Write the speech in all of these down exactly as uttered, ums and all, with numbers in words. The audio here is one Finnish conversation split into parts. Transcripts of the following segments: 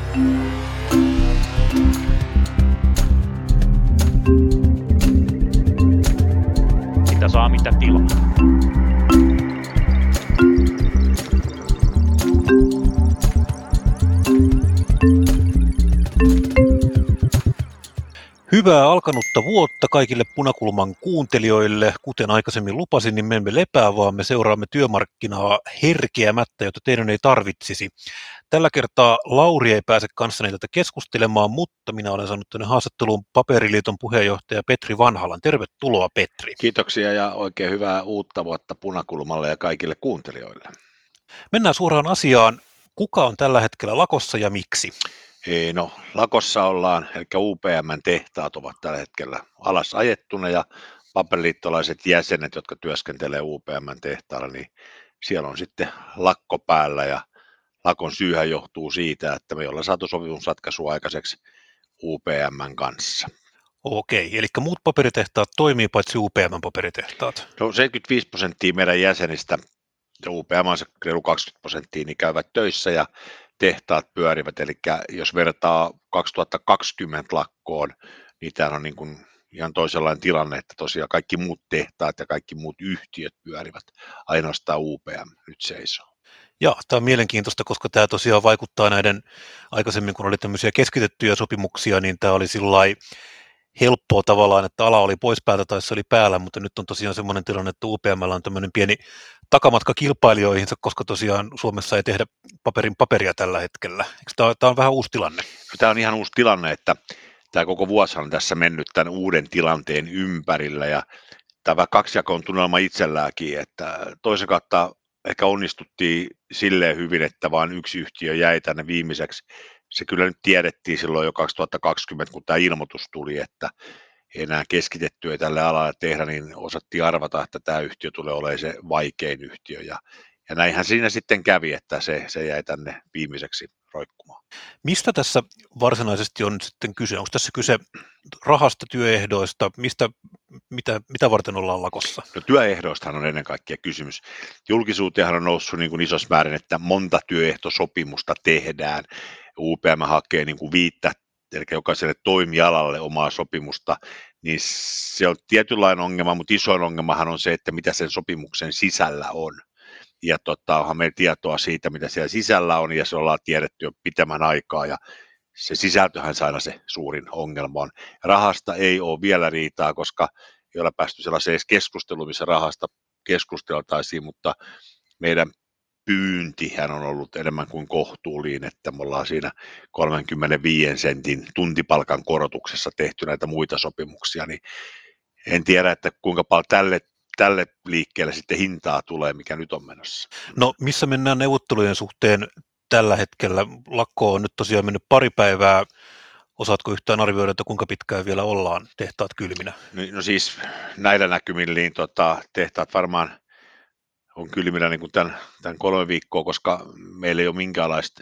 Mitä saa, mitä tilaa. Hyvää alkanutta vuotta kaikille Punakulman kuuntelijoille. Kuten aikaisemmin lupasin, niin me emme lepää, vaan me seuraamme työmarkkinaa herkeämättä, jotta teidän ei tarvitsisi. Tällä kertaa Lauri ei pääse kanssani tätä keskustelemaan, mutta minä olen saanut tänne haastatteluun Paperiliiton puheenjohtaja Petri Vanhalan. Tervetuloa, Petri. Kiitoksia ja oikein hyvää uutta vuotta Punakulmalle ja kaikille kuuntelijoille. Mennään suoraan asiaan. Kuka on tällä hetkellä lakossa ja miksi? No, lakossa ollaan, eli U P M:n tehtaat ovat tällä hetkellä alas ajettuna ja paperiliittolaiset jäsenet, jotka työskentelee U P M:n tehtaalla, niin siellä on sitten lakko päällä ja lakon syyhän johtuu siitä, että me ollaan saatu sopimusratkaisua aikaiseksi U P M:n kanssa. Okei, eli muut paperitehtaat toimii paitsi U P M:n paperitehtaat? No seitsemänkymmentäviisi prosenttia meidän jäsenistä, ja U P M on se reilu kaksikymmentä prosenttia, niin käyvät töissä ja tehtaat pyörivät, eli jos vertaa kaksituhattakaksikymmentä lakkoon, niin tämä on niin kuin ihan toisenlainen tilanne, että tosiaan kaikki muut tehtaat ja kaikki muut yhtiöt pyörivät, ainoastaan U P M nyt seisoo. Joo, tämä on mielenkiintoista, koska tämä tosiaan vaikuttaa näiden, aikaisemmin kun oli tämmöisiä keskitettyjä sopimuksia, niin tämä oli sillai helppoa tavallaan, että ala oli pois päältä tai se oli päällä, mutta nyt on tosiaan semmoinen tilanne, että U P M:llä on tämmöinen pieni takamatka kilpailijoihinsa, koska tosiaan Suomessa ei tehdä paperin paperia tällä hetkellä. Eikö tämä, tämä on vähän uusi tilanne? Tämä on ihan uusi tilanne, että tämä koko vuosi on tässä mennyt tämän uuden tilanteen ympärillä ja tämä kaksijakoon tunnelma itselläänkin, että toisen kautta ehkä onnistuttiin silleen hyvin, että vain yksi yhtiö jäi tänne viimeiseksi. Se kyllä nyt tiedettiin silloin jo kaksituhattakaksikymmentä, kun tämä ilmoitus tuli, että enää keskitettyä tälle alalle tehdä, niin osattiin arvata, että tämä yhtiö tulee olemaan se vaikein yhtiö. Ja, ja näinhän siinä sitten kävi, että se, se jäi tänne viimeiseksi roikkumaan. Mistä tässä varsinaisesti on sitten kyse? Onko tässä kyse rahasta, työehdoista? Mistä, mitä, mitä varten ollaan lakossa? No, työehdoistahan on ennen kaikkea kysymys. Julkisuuteenhan on noussut niin kuin isossa määrin, että monta työehtosopimusta tehdään. U P M hakee niin kuin viittä, eli jokaiselle toimialalle omaa sopimusta, niin se on tietynlainen ongelma, mutta isoin ongelmahan on se, että mitä sen sopimuksen sisällä on. Ja tota, onhan meillä tietoa siitä, mitä siellä sisällä on, ja se ollaan tiedetty jo pitemmän aikaa, ja se sisältöhän se aina se suurin ongelma on. Rahasta ei ole vielä riitaa, koska ei ole päästy sellaiseen keskusteluun, missä rahasta keskusteltaisiin, mutta meidän pyyntihän on ollut enemmän kuin kohtuullinen, että me ollaan siinä kolmekymmentäviisi sentin tuntipalkan korotuksessa tehty näitä muita sopimuksia, niin en tiedä, että kuinka paljon tälle, tälle liikkeelle sitten hintaa tulee, mikä nyt on menossa. No missä mennään neuvottelujen suhteen tällä hetkellä? Lakko on nyt tosiaan mennyt pari päivää. Osaatko yhtään arvioida, että kuinka pitkään vielä ollaan tehtaat kylminä? No, no siis näillä näkymillä niin tota, tehtaat varmaan on kylminä niin kuin tämän, tämän kolme viikkoa, koska meillä ei ole minkäänlaista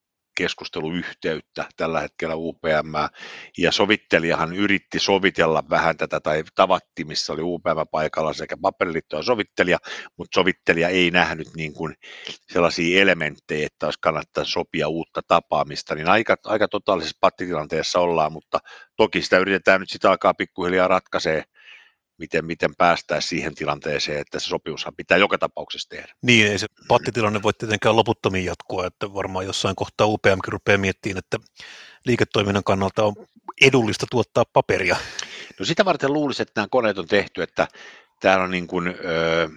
keskusteluyhteyttä tällä hetkellä U P M, ja sovittelijahan yritti sovitella vähän tätä, tai tavattiin, missä oli U P M paikalla sekä paperiliitto ja sovittelija, mutta sovittelija ei nähnyt niin kuin sellaisia elementtejä, että olisi kannattaa sopia uutta tapaamista, niin aika, aika totaalisessa pattitilanteessa ollaan, mutta toki sitä yritetään nyt sitä alkaa pikkuhiljaa ratkaisee, miten, miten päästään siihen tilanteeseen, että se sopimushan pitää joka tapauksessa tehdä. Niin, ei se pattitilanne voi tietenkään loputtomiin jatkua, että varmaan jossain kohtaa U P M:kin rupeaa miettimään, että liiketoiminnan kannalta on edullista tuottaa paperia. No sitä varten luulisi, että nämä koneet on tehty, että täällä on niin kuin, öö,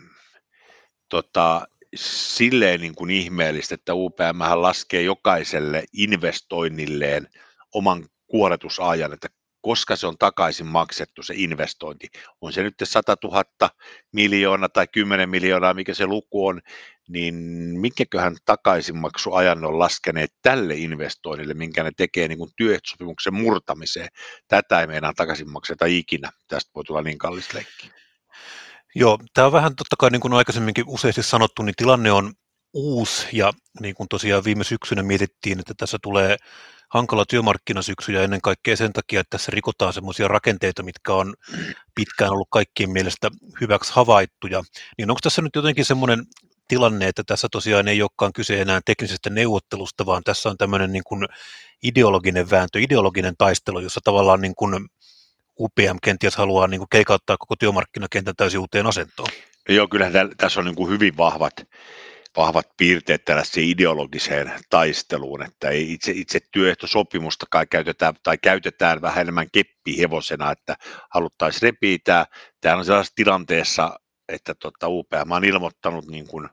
tota, silleen niin kuin ihmeellistä, että U P M laskee jokaiselle investoinnilleen oman kuoretusajan, että koska se on takaisin maksettu se investointi, on se nyt sata tuhatta miljoonaa tai kymmenen miljoonaa, mikä se luku on, niin minkäköhän takaisinmaksuajan on laskeneet tälle investoinnille, minkä ne tekee niin kuin työehtosopimuksen murtamiseen. Tätä ei meinaa takaisin makseta ikinä, tästä voi tulla niin kallista leikkiä. Joo, tämä on vähän totta kai niin kuin aikaisemminkin useasti sanottu, niin tilanne on uusi ja niin kuin tosiaan viime syksynä mietittiin, että tässä tulee hankala työmarkkinasyksy ja ennen kaikkea sen takia, että tässä rikotaan semmoisia rakenteita, mitkä on pitkään ollut kaikkien mielestä hyväksi havaittuja. Niin onko tässä nyt jotenkin semmoinen tilanne, että tässä tosiaan ei olekaan kyse enää teknisestä neuvottelusta, vaan tässä on tämmöinen niin kuin ideologinen vääntö, ideologinen taistelu, jossa tavallaan niin kuin U P M kenties haluaa niin kuin keikauttaa koko työmarkkinakentän täysin uuteen asentoon. No joo, kyllähän tä- tässä on niin kuin hyvin vahvat, vahvat piirteet tällaiseen ideologiseen taisteluun, että ei itse, itse työehtosopimusta kai käytetään, tai käytetään vähän enemmän keppihevosena, että haluttaisiin repiä tämä. Tämä on sellaisessa tilanteessa, että tota U P M on ilmoittanut, niin kuin,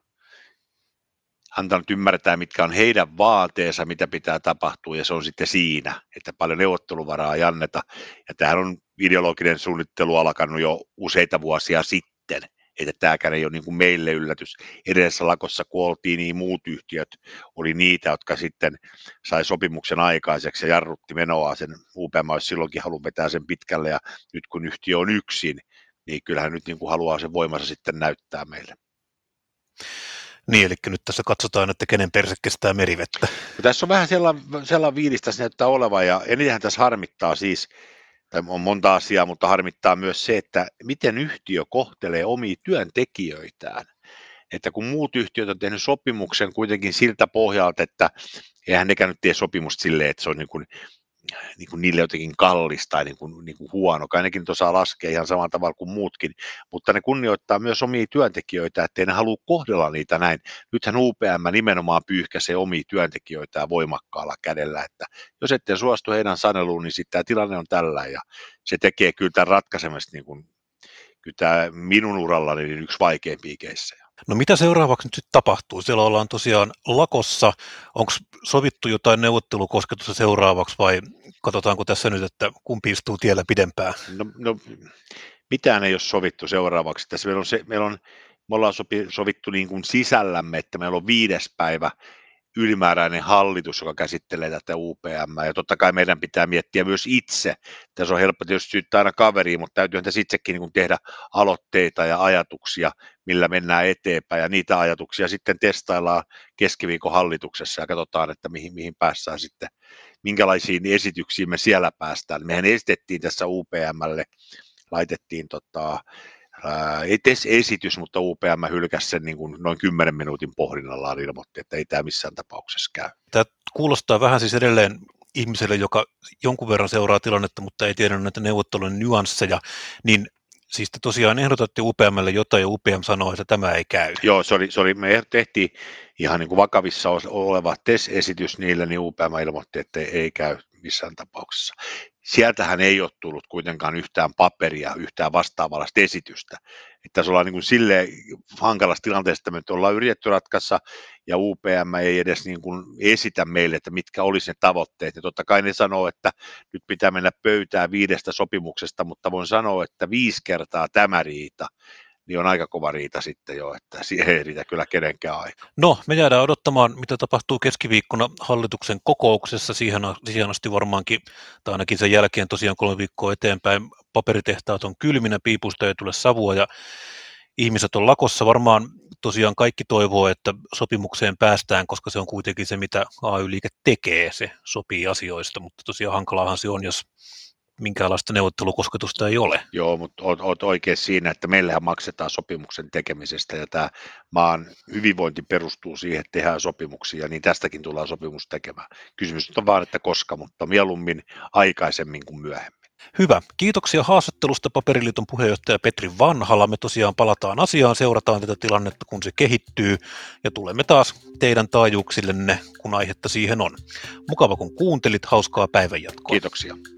antanut ymmärtää, mitkä on heidän vaateensa, mitä pitää tapahtua, ja se on sitten siinä, että paljon neuvotteluvaraa ei anneta. Ja tämähän on ideologinen suunnittelu alkanut jo useita vuosia sitten, että tämäkään ei ole niin kuin meille yllätys. Edellisessä lakossa, kun oltiin, niin muut yhtiöt oli niitä, jotka sitten sai sopimuksen aikaiseksi ja jarrutti menoa. Sen U P M olisi silloinkin halunnut vetää sen pitkälle, ja nyt kun yhtiö on yksin, niin kyllähän nyt niin kuin haluaa sen voimansa sitten näyttää meille. Niin, eli nyt tässä katsotaan, että kenen perse kestää merivettä. No, tässä on vähän sellainen, sellainen fiilis tässä näyttää olevan, ja enitenhän tässä harmittaa siis, tai on monta asiaa, mutta harmittaa myös se, että miten yhtiö kohtelee omia työntekijöitään. Että kun muut yhtiöt on tehnyt sopimuksen kuitenkin siltä pohjalta, että eihän nekään nyt tee sopimusta silleen, että se on niin kuin, niin kuin niille jotenkin kallis tai niin kuin, niin kuin huono. Kai nekin osaa laskea ihan samalla tavalla kuin muutkin, mutta ne kunnioittaa myös omia työntekijöitä, ettei ne halua kohdella niitä näin. Nythän U P M nimenomaan pyyhkäisee omia työntekijöitään voimakkaalla kädellä, että jos ette suostu heidän saneluun, niin sitten tämä tilanne on tällä, ja se tekee kyllä tämän ratkaisemasta niin kuin, kyllä tämä minun urallani niin yksi vaikeimpia keissejä. No mitä seuraavaksi nyt sitten tapahtuu? Siellä ollaan tosiaan lakossa. Onko sovittu jotain neuvottelukosketusta seuraavaksi vai katsotaanko tässä nyt, että kumpi istuu tiellä pidempään? No, no mitään ei ole sovittu seuraavaksi. Tässä meillä on se, meillä on, me ollaan sopi, sovittu niin kuin sisällämme, että meillä on viides päivä ylimääräinen hallitus, joka käsittelee tätä U P M, ja totta kai meidän pitää miettiä myös itse. Tässä on helppo tietysti syyttää aina kaveriin, mutta täytyyhän tässä itsekin niin kuin tehdä aloitteita ja ajatuksia, millä mennään eteenpäin, ja niitä ajatuksia sitten testaillaan keskiviikon hallituksessa, ja katsotaan, että mihin, mihin päästään sitten, minkälaisiin esityksiin me siellä päästään. Mehän esitettiin tässä U P M:lle, laitettiin tota, ei esitys, mutta U P M hylkäsi sen niin kuin noin kymmenen minuutin pohdinnallaan, ilmoitti, että ei tämä missään tapauksessa käy. Tämä kuulostaa vähän siis edelleen ihmiselle, joka jonkun verran seuraa tilannetta, mutta ei tiedä näitä neuvottelujen nyansseja, niin siis te tosiaan ehdotatte U P M:lle jotain ja U P M sanoo, että tämä ei käy. Joo, se oli, se oli, me tehtiin ihan niin kuin vakavissa oleva T E S-esitys niille, niin U P M ilmoitti, että ei käy missään tapauksessa. Sieltähän ei ole tullut kuitenkaan yhtään paperia, yhtään vastaavallista esitystä. Että tässä ollaan niin kuin silleen hankalassa tilanteessa, että me nyt ollaan yritetty ratkaissa, ja U P M ei edes niin kuin esitä meille, että mitkä olisi ne tavoitteet. Ja totta kai ne sanoo, että nyt pitää mennä pöytään viidestä sopimuksesta, mutta voin sanoa, että viisi kertaa tämä riita, niin on aika kova riita sitten jo, että siihen ei riitä kyllä kenenkään aika. No, me jäädään odottamaan, mitä tapahtuu keskiviikkona hallituksen kokouksessa. Siihen, siihen asti varmaankin, tai ainakin sen jälkeen tosiaan kolme viikkoa eteenpäin, paperitehtaat on kylminä, piipusta ei tule savua ja ihmiset on lakossa. Varmaan tosiaan kaikki toivoo, että sopimukseen päästään, koska se on kuitenkin se, mitä A Y-liike tekee, se sopii asioista, mutta tosiaan hankalaahan se on, jos minkäänlaista neuvottelukosketusta ei ole. Joo, mutta olet, olet oikein siinä, että meillähän maksetaan sopimuksen tekemisestä, ja tämä maan hyvinvointi perustuu siihen, että tehdään sopimuksia, niin tästäkin tullaan sopimus tekemään. Kysymys on vaan, että koska, mutta mieluummin aikaisemmin kuin myöhemmin. Hyvä. Kiitoksia haastattelusta Paperiliiton puheenjohtaja Petri Vanhala. Me tosiaan palataan asiaan, seurataan tätä tilannetta, kun se kehittyy, ja tulemme taas teidän taajuuksillenne, kun aihetta siihen on. Mukava, kun kuuntelit. Hauskaa päivänjatkoa. Kiitoksia.